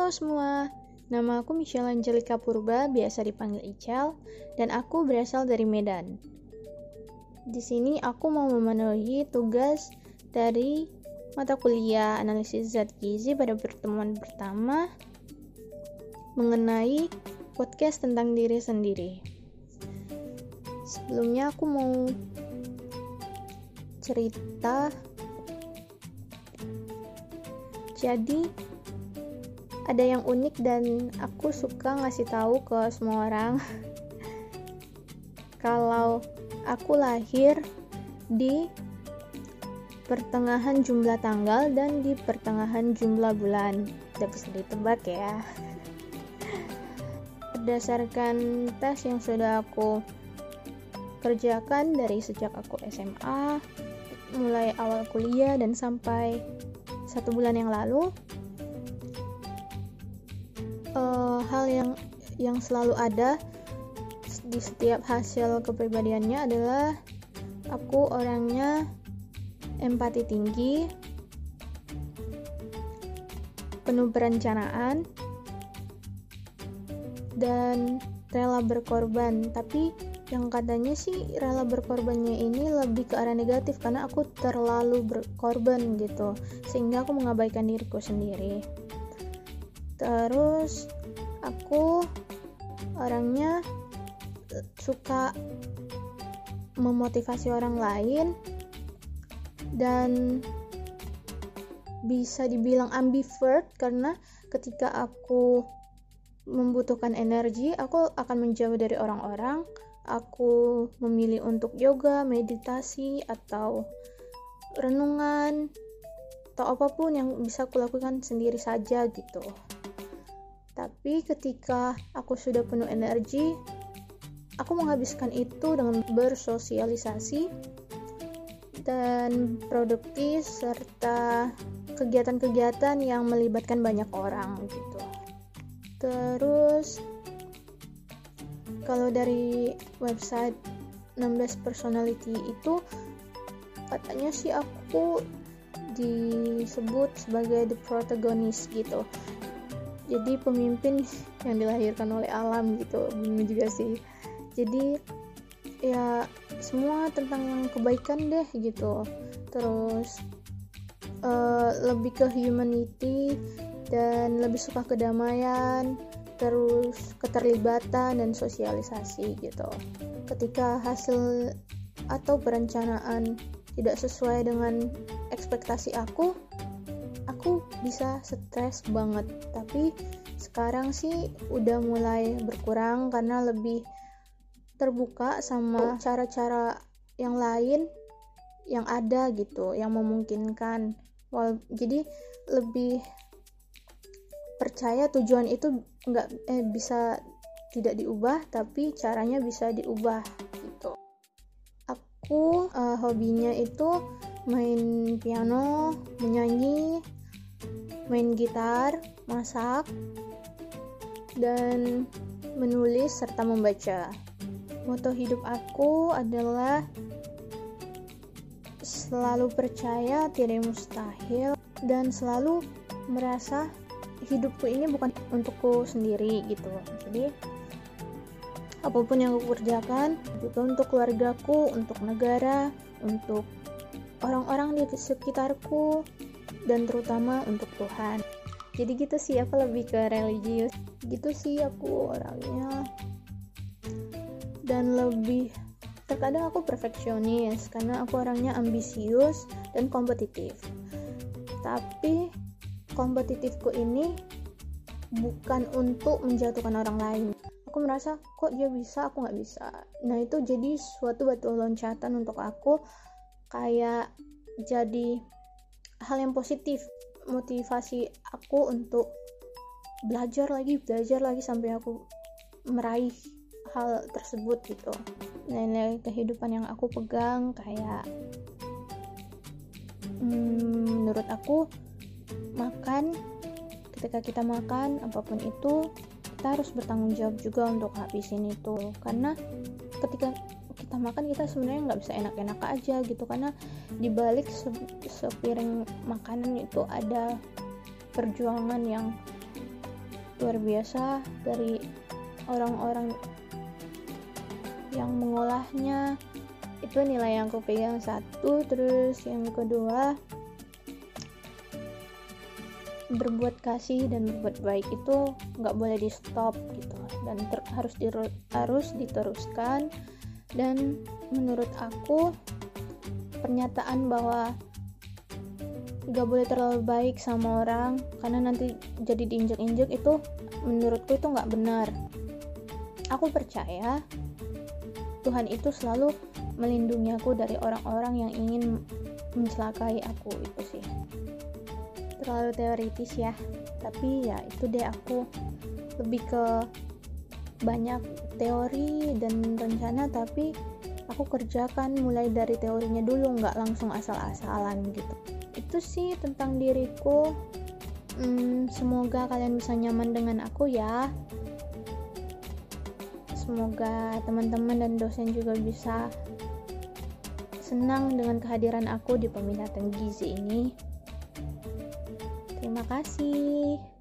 Halo semua, nama aku Michelle Angelica Purba, biasa dipanggil Ichel, dan aku berasal dari Medan. Di sini aku mau memenuhi tugas dari mata kuliah analisis zat gizi pada pertemuan pertama mengenai podcast tentang diri sendiri. Sebelumnya aku mau cerita. Jadi ada yang unik dan aku suka ngasih tahu ke semua orang kalau aku lahir di pertengahan jumlah tanggal dan di pertengahan jumlah bulan. Udah bisa ditebak ya. Berdasarkan tes yang sudah aku kerjakan dari sejak aku SMA, mulai awal kuliah dan sampai 1 bulan yang lalu, hal yang selalu ada di setiap hasil kepribadiannya adalah aku orangnya empati tinggi, penuh perencanaan, dan rela berkorban. Tapi yang katanya sih rela berkorbannya ini lebih ke arah negatif karena aku terlalu berkorban gitu, sehingga aku mengabaikan diriku sendiri. Terus aku orangnya suka memotivasi orang lain dan bisa dibilang ambivert karena ketika aku membutuhkan energi, aku akan menjauh dari orang-orang. Aku memilih untuk yoga, meditasi, atau renungan, atau apapun yang bisa aku lakukan sendiri saja gitu. Tapi ketika aku sudah penuh energi, aku menghabiskan itu dengan bersosialisasi dan produktif serta kegiatan-kegiatan yang melibatkan banyak orang gitu. Terus kalau dari website 16 personality itu katanya sih aku disebut sebagai the protagonist gitu. Jadi pemimpin yang dilahirkan oleh alam gitu, bingung juga sih. Jadi ya semua tentang kebaikan deh gitu. Terus lebih ke humanity dan lebih suka kedamaian, terus keterlibatan dan sosialisasi gitu. Ketika hasil atau perencanaan tidak sesuai dengan ekspektasi aku bisa stres banget. Tapi sekarang sih udah mulai berkurang karena lebih terbuka sama cara-cara yang lain yang ada gitu, yang memungkinkan. Jadi lebih percaya tujuan itu bisa tidak diubah, tapi caranya bisa diubah gitu. Aku hobinya itu main piano, menyanyi, main gitar, masak, dan menulis serta membaca. Moto hidup aku adalah selalu percaya tidak mustahil dan selalu merasa hidupku ini bukan untukku sendiri gitu. Jadi apapun yang aku kerjakan juga untuk keluargaku, untuk negara, untuk orang-orang di sekitarku, dan terutama untuk Tuhan. Jadi gitu sih, aku lebih ke religius gitu sih aku orangnya. Dan lebih terkadang aku perfeksionis karena aku orangnya ambisius dan kompetitif. Tapi kompetitifku ini bukan untuk menjatuhkan orang lain. Aku merasa kok dia bisa, aku gak bisa. Nah itu jadi suatu batu loncatan untuk aku, kayak jadi hal yang positif, motivasi aku untuk belajar lagi sampai aku meraih hal tersebut gitu. Nilai kehidupan yang aku pegang kayak menurut aku ketika kita makan apapun itu, kita harus bertanggung jawab juga untuk habisin itu. Karena ketika kita makan, kita sebenarnya nggak bisa enak-enak aja gitu, karena dibalik sepiring makanan itu ada perjuangan yang luar biasa dari orang-orang yang mengolahnya. Itu nilai yang aku pegang satu. Terus yang kedua, berbuat kasih dan berbuat baik itu nggak boleh di stop gitu, dan harus diteruskan. Dan menurut aku, pernyataan bahwa nggak boleh terlalu baik sama orang karena nanti jadi diinjek-injek, itu menurutku itu nggak benar. Aku percaya Tuhan itu selalu melindungi aku dari orang-orang yang ingin mencelakai aku. Itu sih terlalu teoritis ya, tapi ya itu deh, aku lebih ke banyak teori dan rencana, tapi aku kerjakan mulai dari teorinya dulu, nggak langsung asal-asalan gitu. Itu sih tentang diriku. Semoga kalian bisa nyaman dengan aku ya. Semoga teman-teman dan dosen juga bisa senang dengan kehadiran aku di peminatan gizi ini. Terima kasih.